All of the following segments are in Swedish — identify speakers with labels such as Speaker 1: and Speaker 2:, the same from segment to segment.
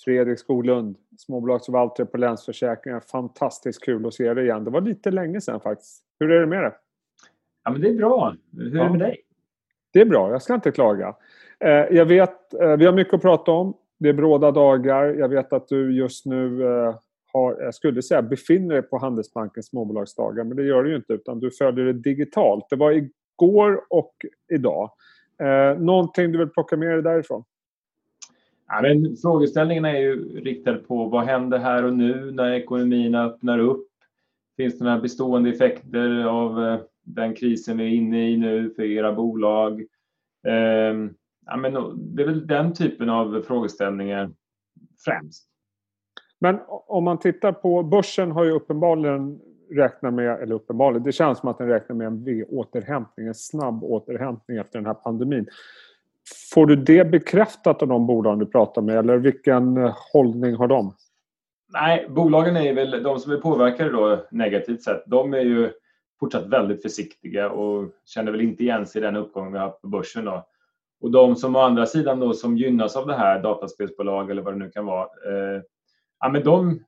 Speaker 1: Fredrik Skoglund, småbolagsförvaltare på Länsförsäkringar. Fantastiskt kul att se dig igen. Det var lite länge sedan faktiskt. Hur är det med det?
Speaker 2: Ja, men det är bra. Hur är det med dig?
Speaker 1: Det är bra, jag ska inte klaga. Jag vet, vi har mycket att prata om. Det är bråda dagar. Jag vet att du just nu jag skulle säga befinner dig på Handelsbankens småbolagsdagar. Men det gör du ju inte, utan du följer det digitalt. Det var igår och idag. Någonting du vill plocka med dig därifrån?
Speaker 2: Ja, men frågeställningen är ju riktad på vad händer här och nu när ekonomin öppnar upp. Finns det några bestående effekter av den krisen vi är inne i nu för era bolag? Ja, men det är väl den typen av frågeställningar främst.
Speaker 1: Men om man tittar på börsen har ju uppenbarligen räknat med, eller uppenbarligen, det känns som att den räknar med en V-återhämtning, en snabb återhämtning efter den här pandemin. Får du det bekräftat av de bolag du pratar med, eller vilken hållning har de?
Speaker 2: Nej, bolagen är väl de som är påverkade då negativt sett. De är ju fortsatt väldigt försiktiga och känner väl inte igen sig i den uppgången vi har på börsen då. Och de som å andra sidan då som gynnas av det här, dataspelsbolag eller vad det nu kan vara, ja men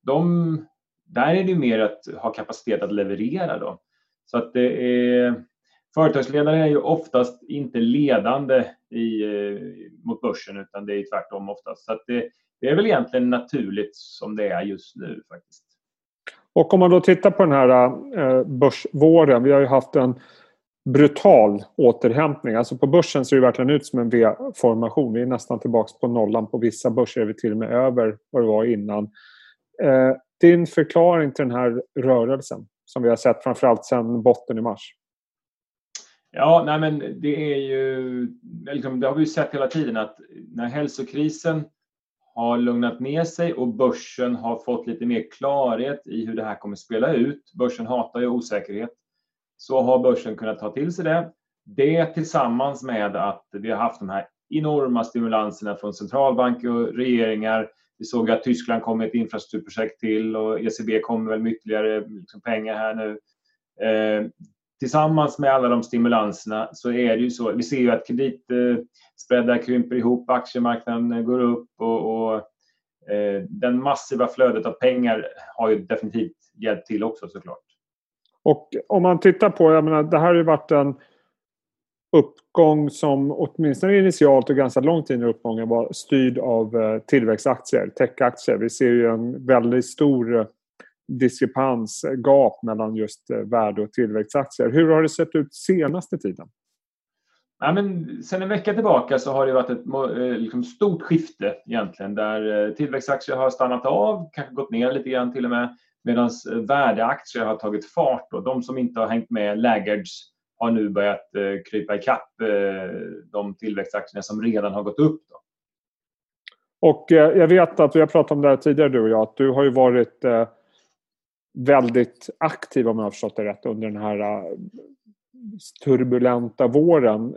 Speaker 2: där är det mer att ha kapacitet att leverera då. Så att det är, företagsledare är ju oftast inte ledande mot börsen, utan det är tvärtom oftast. Så att det är väl egentligen naturligt som det är just nu faktiskt.
Speaker 1: Och om man då tittar på den här börsvåren, vi har ju haft en brutal återhämtning. Alltså på börsen ser det verkligen ut som en V-formation. Vi är nästan tillbaka på nollan. På vissa börser är vi till och med över vad det var innan. Din förklaring till den här rörelsen som vi har sett framförallt sedan botten i mars?
Speaker 2: Ja, nej men det är ju, liksom, det har vi ju sett hela tiden att när hälsokrisen har lugnat ner sig och börsen har fått lite mer klarhet i hur det här kommer spela ut. Börsen hatar ju osäkerhet. Så har börsen kunnat ta till sig det. Det tillsammans med att vi har haft de här enorma stimulanserna från centralbanker och regeringar. Vi såg att Tyskland kom med ett infrastrukturprojekt till och ECB kommer väl med ytterligare liksom pengar här nu. Tillsammans med alla de stimulanserna så är det ju så. Vi ser ju att kreditspreadar krymper ihop, aktiemarknaden går upp och den massiva flödet av pengar har ju definitivt hjälpt till också såklart. Och
Speaker 1: om man tittar på, jag menar, det här har ju varit en uppgång som åtminstone initialt och ganska lång tid i uppgången var styrd av tillväxtaktier, techaktier. Vi ser ju en väldigt stor diskrepans, gap mellan just värde- och tillväxtaktier. Hur har det sett ut senaste tiden?
Speaker 2: Ja, men sen en vecka tillbaka så har det varit ett liksom stort skifte egentligen där tillväxtaktier har stannat av, kanske gått ner lite grann till och med, medan värdeaktier har tagit fart och de som inte har hängt med laggards har nu börjat krypa ikapp de tillväxtaktierna som redan har gått upp då.
Speaker 1: Och jag vet att vi har pratat om det här tidigare du och jag, att du har ju varit väldigt aktiv om jag har förstått det rätt under den här turbulenta våren.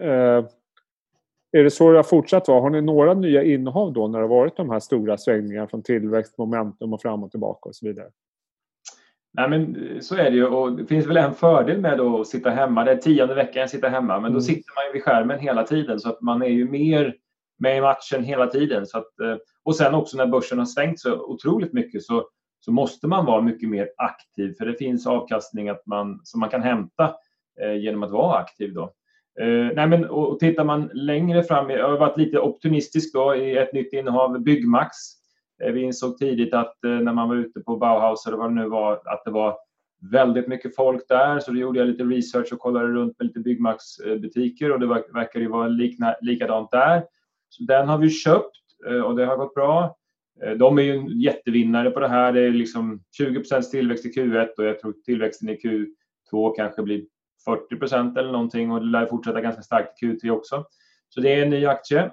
Speaker 1: Är det så det har fortsatt vara? Har ni några nya innehav då när det har varit de här stora svängningarna från tillväxt, momentum och fram och tillbaka och så vidare?
Speaker 2: Nej men så är det ju och det finns väl en fördel med att sitta hemma. Det är 10:e veckan jag sitter hemma men då sitter man ju vid skärmen hela tiden så att man är ju mer med i matchen hela tiden. Så att, och sen också när börsen har svängt så otroligt mycket så måste man vara mycket mer aktiv för det finns avkastning som man kan hämta genom att vara aktiv då. Nej men och tittar man längre fram, jag har varit lite optimistisk då i ett nytt innehav, Byggmax. Vi insåg tidigt att när man var ute på Bauhaus eller vad det nu var att det var väldigt mycket folk där så då gjorde jag lite research och kollade runt med lite Byggmax-butiker och det verkar ju vara likadant där. Så den har vi köpt och det har gått bra. De är ju en jättevinnare på det här. Det är liksom 20% tillväxt i Q1 och jag tror tillväxten i Q2 kanske blir 40% eller någonting och det lär fortsätta ganska starkt i Q3 också. Så det är en ny aktie.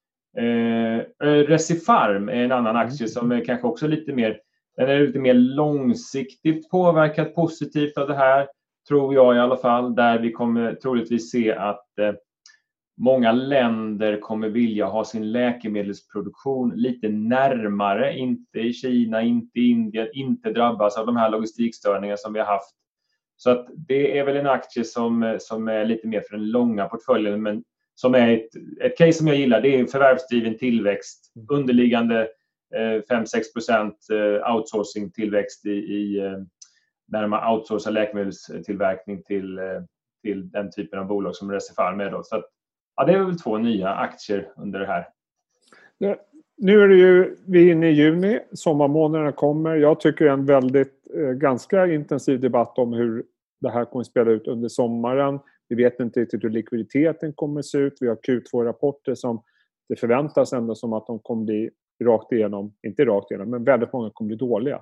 Speaker 2: Recipharm är en annan aktie som är kanske också lite mer långsiktigt påverkat positivt av det här tror jag i alla fall där vi kommer troligtvis se att många länder kommer vilja ha sin läkemedelsproduktion lite närmare, inte i Kina, inte i Indien, inte drabbas av de här logistikstörningarna som vi har haft. Så att det är väl en aktie som är lite mer för den långa portföljen men som är ett case som jag gillar, det är förvärvsdriven tillväxt, underliggande 5-6% outsourcing-tillväxt när man outsourcar läkemedelstillverkning till den typen av bolag som Recipharm är då. Så att, det är väl 2 nya aktier under det här.
Speaker 1: Nu är det ju, vi är inne i juni, sommarmånaderna kommer. Jag tycker det är en ganska intensiv debatt om hur det här kommer att spela ut under sommaren. Vi vet inte riktigt hur likviditeten kommer att se ut. Vi har Q2-rapporter som det förväntas ändå som att de kommer bli rakt igenom, inte rakt igenom, men väldigt många kommer bli dåliga.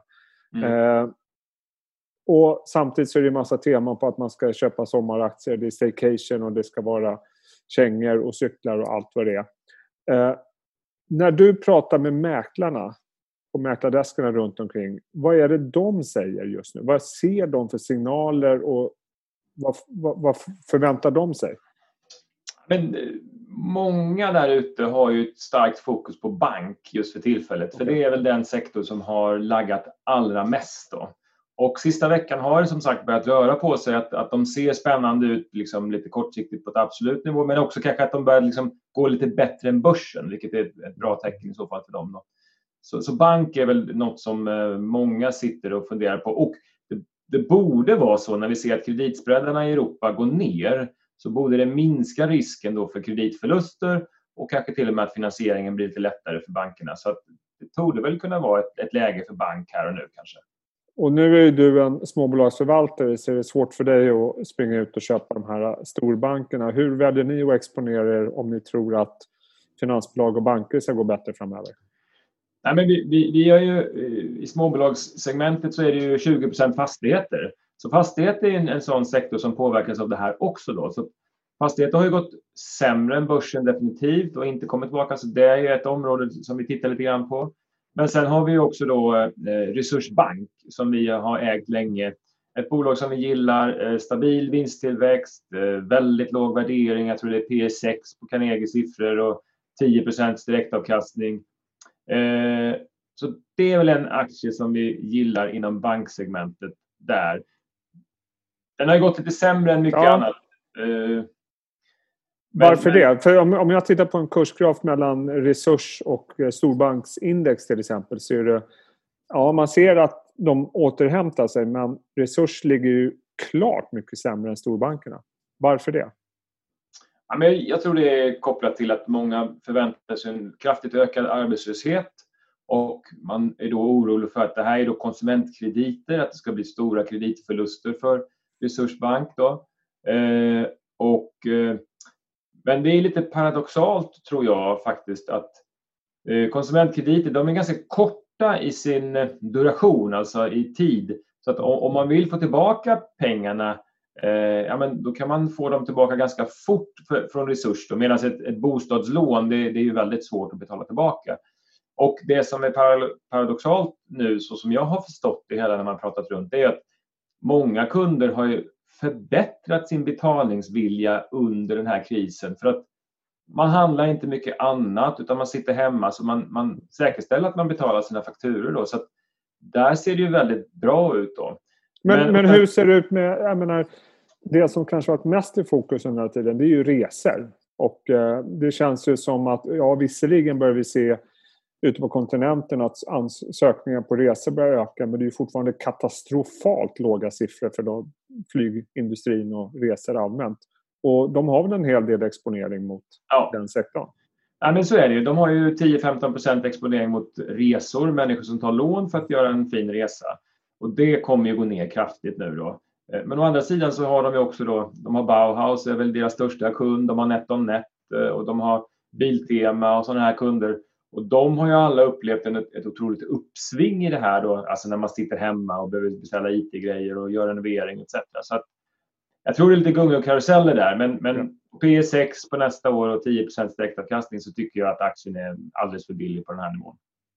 Speaker 1: Och samtidigt så är det en massa teman på att man ska köpa sommaraktier. Det är staycation och det ska vara kängor och cyklar och allt vad det är. När du pratar med mäklarna och mäklardeskarna runt omkring, vad är det de säger just nu? Vad ser de för signaler och vad förväntar de sig?
Speaker 2: Men många där ute har ju ett starkt fokus på bank just för tillfället. För det är väl den sektor som har laggat allra mest då. Och sista veckan har det som sagt börjat röra på sig att de ser spännande ut liksom lite kortsiktigt på ett absolut nivå. Men också kanske att de börjar liksom gå lite bättre än börsen, vilket är ett bra tecken i så fall för dem då. Så bank är väl något som många sitter och funderar på. Och det borde vara så när vi ser att kreditspreadarna i Europa går ner, så borde det minska risken då för kreditförluster och kanske till och med att finansieringen blir lite lättare för bankerna. Så att det torde väl kunna vara ett läge för bank här och nu kanske.
Speaker 1: Och nu är ju du en småbolagsförvaltare, så är det svårt för dig att springa ut och köpa de här storbankerna. Hur väljer ni att exponera er om ni tror att finansbolag och banker ska gå bättre framöver?
Speaker 2: Nej, men vi gör ju, i småbolagssegmentet så är det ju 20% fastigheter. Så fastigheter är en sån sektor som påverkas av det här också då. Så fastigheter har ju gått sämre än börsen definitivt och inte kommit tillbaka. Så det är ju ett område som vi tittar lite grann på. Men sen har vi också då Resursbank som vi har ägt länge. Ett bolag som vi gillar, stabil vinsttillväxt, väldigt låg värdering. Jag tror det är P/E6 på Carnegie siffror och 10% direktavkastning. Så det är väl en aktie som vi gillar inom banksegmentet där. Den har ju gått lite sämre än mycket annat.
Speaker 1: Varför det? För om jag tittar på en kursgraf mellan Resurs och storbanksindex till exempel, så är det, man ser att de återhämtar sig, men Resurs ligger ju klart mycket sämre än storbankerna. Varför det?
Speaker 2: Ja, men jag tror det är kopplat till att många förväntar sig en kraftigt ökad arbetslöshet och man är då orolig för att det här är då konsumentkrediter, att det ska bli stora kreditförluster för Resursbank då. Men det är lite paradoxalt tror jag faktiskt att konsumentkrediter, de är ganska korta i sin duration, alltså i tid. Så att om man vill få tillbaka pengarna, men då kan man få dem tillbaka ganska fort från Resurs. Medan ett bostadslån, det är ju väldigt svårt att betala tillbaka. Och det som är paradoxalt nu, så som jag har förstått det hela när man pratat runt, det är att många kunder har ju förbättrat sin betalningsvilja under den här krisen. För att man handlar inte mycket annat utan man sitter hemma, så man säkerställer att man betalar sina fakturor då. Så att där ser det ju väldigt bra ut då.
Speaker 1: Men hur ser det ut med, jag menar, det som kanske varit mest i fokus under den här tiden, det är ju resor. Och det känns ju som att, visserligen börjar vi se ute på kontinenten att ansökningar på resor börjar öka, men det är ju fortfarande katastrofalt låga siffror för flygindustrin och resor allmänt. Och de har väl en hel del exponering mot den sektorn.
Speaker 2: Ja, men så är det ju. De har ju 10-15% exponering mot resor, människor som tar lån för att göra en fin resa. Och det kommer ju gå ner kraftigt nu då. Men å andra sidan så har de ju också då, de har Bauhaus, är väl deras största kund, de har NetOnNet och de har Biltema och sådana här kunder. Och de har ju alla upplevt ett otroligt uppsving i det här då, alltså när man sitter hemma och behöver beställa IT-grejer och göra renovering etc. Så att jag tror det är lite gunga och karuseller där, men P/E6 på nästa år och 10% direktavkastning, så tycker jag att aktien är alldeles för billig på den här nivån.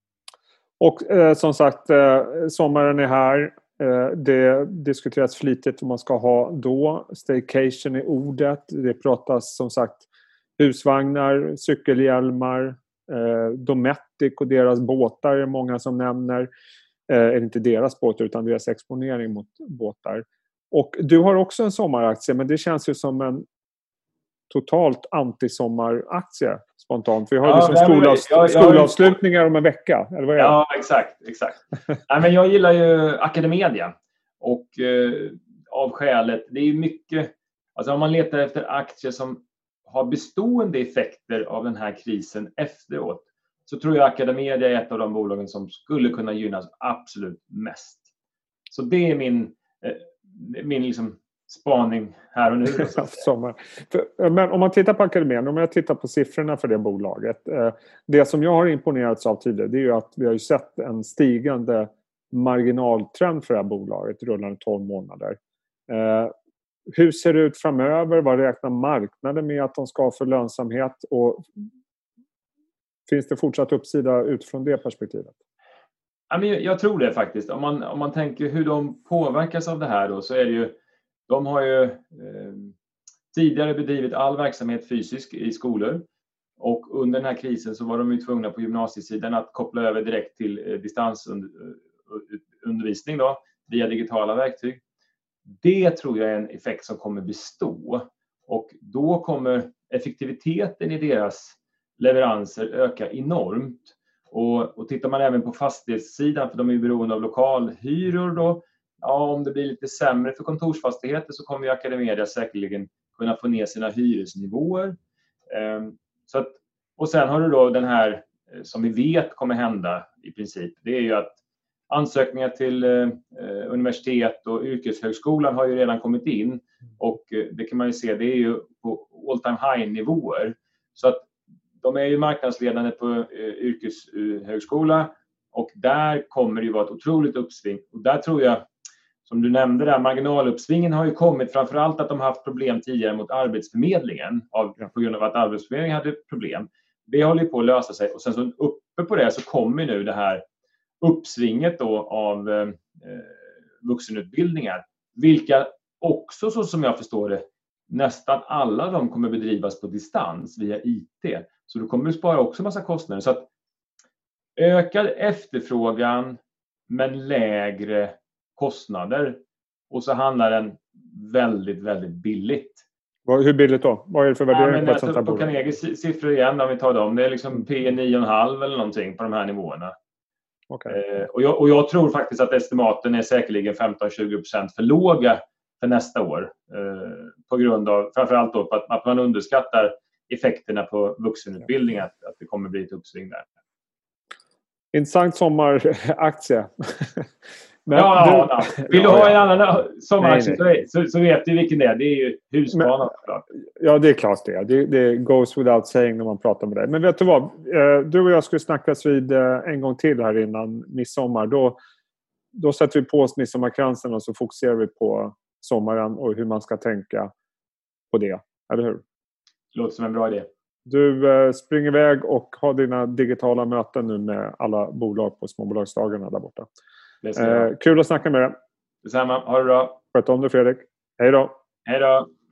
Speaker 1: Och som sagt, sommaren är här. Det diskuteras flitigt vad man ska ha då. Staycation är ordet. Det pratas som sagt husvagnar, cykelhjälmar, Dometic och deras båtar är många som nämner. Eller inte deras båtar utan deras exponering mot båtar. Och du har också en sommaraktie, men det känns ju som en totalt anti-sommaraktie. spontant. Vi har liksom skolavslutningar om en vecka. Eller vad är det?
Speaker 2: Ja, exakt. Nej, men jag gillar ju Academedia. Och av skälet, det är ju mycket... Alltså om man letar efter aktier som har bestående effekter av den här krisen efteråt, så tror jag Academedia är ett av de bolagen som skulle kunna gynnas absolut mest. Så det är min liksom spaning här och nu.
Speaker 1: Men om man tittar på Academedia, om jag tittar på siffrorna för det bolaget. Det som jag har imponerats av tidigare, det är ju att vi har ju sett en stigande marginaltrend för det här bolaget rullande 12 månader. Hur ser det ut framöver? Vad räknar marknaden med att de ska ha för lönsamhet? Och finns det fortsatt uppsida utifrån det perspektivet?
Speaker 2: Jag tror det faktiskt. Om man tänker hur de påverkas av det här då, så är det ju... De har ju tidigare bedrivit all verksamhet fysiskt i skolor. Och under den här krisen så var de ju tvungna på gymnasiesidan att koppla över direkt till distansundervisning då, via digitala verktyg. Det tror jag är en effekt som kommer bestå. Och då kommer effektiviteten i deras leveranser öka enormt. Och tittar man även på fastighetssidan, för de är ju beroende av lokalhyror då. Ja, om det blir lite sämre för kontorsfastigheter så kommer ju Academedia säkerligen kunna få ner sina hyresnivåer. Så att, och sen har du då den här som vi vet kommer hända i princip. Det är ju att ansökningar till universitet och yrkeshögskolan har ju redan kommit in. Och det kan man ju se, det är ju på all time high nivåer. Så att de är ju marknadsledande på yrkeshögskola. Och där kommer det ju vara ett otroligt uppsving. Och där tror jag, som du nämnde där, marginaluppsvingen har ju kommit framförallt att de har haft problem tidigare mot Arbetsförmedlingen på grund av att Arbetsförmedlingen hade problem. Det håller ju på att lösa sig. Och sen så uppe på det så kommer nu det här uppsvinget då av vuxenutbildningar. Vilka också, så som jag förstår det, nästan alla de kommer bedrivas på distans via IT. Så då kommer du spara också massa kostnader. Så att ökad efterfrågan men lägre kostnader. Och så handlar den väldigt, väldigt billigt.
Speaker 1: Hur billigt då? Vad är det för värdering på ett sånt här bolag?
Speaker 2: På Carnegies siffror igen, om vi tar dem. Det är liksom P9,5 eller någonting på de här nivåerna.
Speaker 1: Okay.
Speaker 2: Och jag tror faktiskt att estimaten är säkerligen 15-20% för låga för nästa år. På grund av, framförallt då, på att man underskattar effekterna på vuxenutbildning, att det kommer bli ett uppsving där.
Speaker 1: Intressant sommaraktie.
Speaker 2: Men ja. Vill du ha en annan sommaraktie så vet du vilken det är. Det är ju Husqvarna.
Speaker 1: Ja, det är klart det. Det goes without saying när man pratar med dig. Men vet du vad? Du och jag skulle snackas vid en gång till här innan midsommar. Då sätter vi på oss midsommarkransen och så fokuserar vi på sommaren och hur man ska tänka på det. Eller hur?
Speaker 2: Det låter som en bra idé.
Speaker 1: Du springer iväg och har dina digitala möten nu med alla bolag på småbolagsdagarna där borta. Kul att snacka med dig.
Speaker 2: Detsamma. Ha det bra.
Speaker 1: Sköt om dig, Fredrik. Hej då.
Speaker 2: Hej då.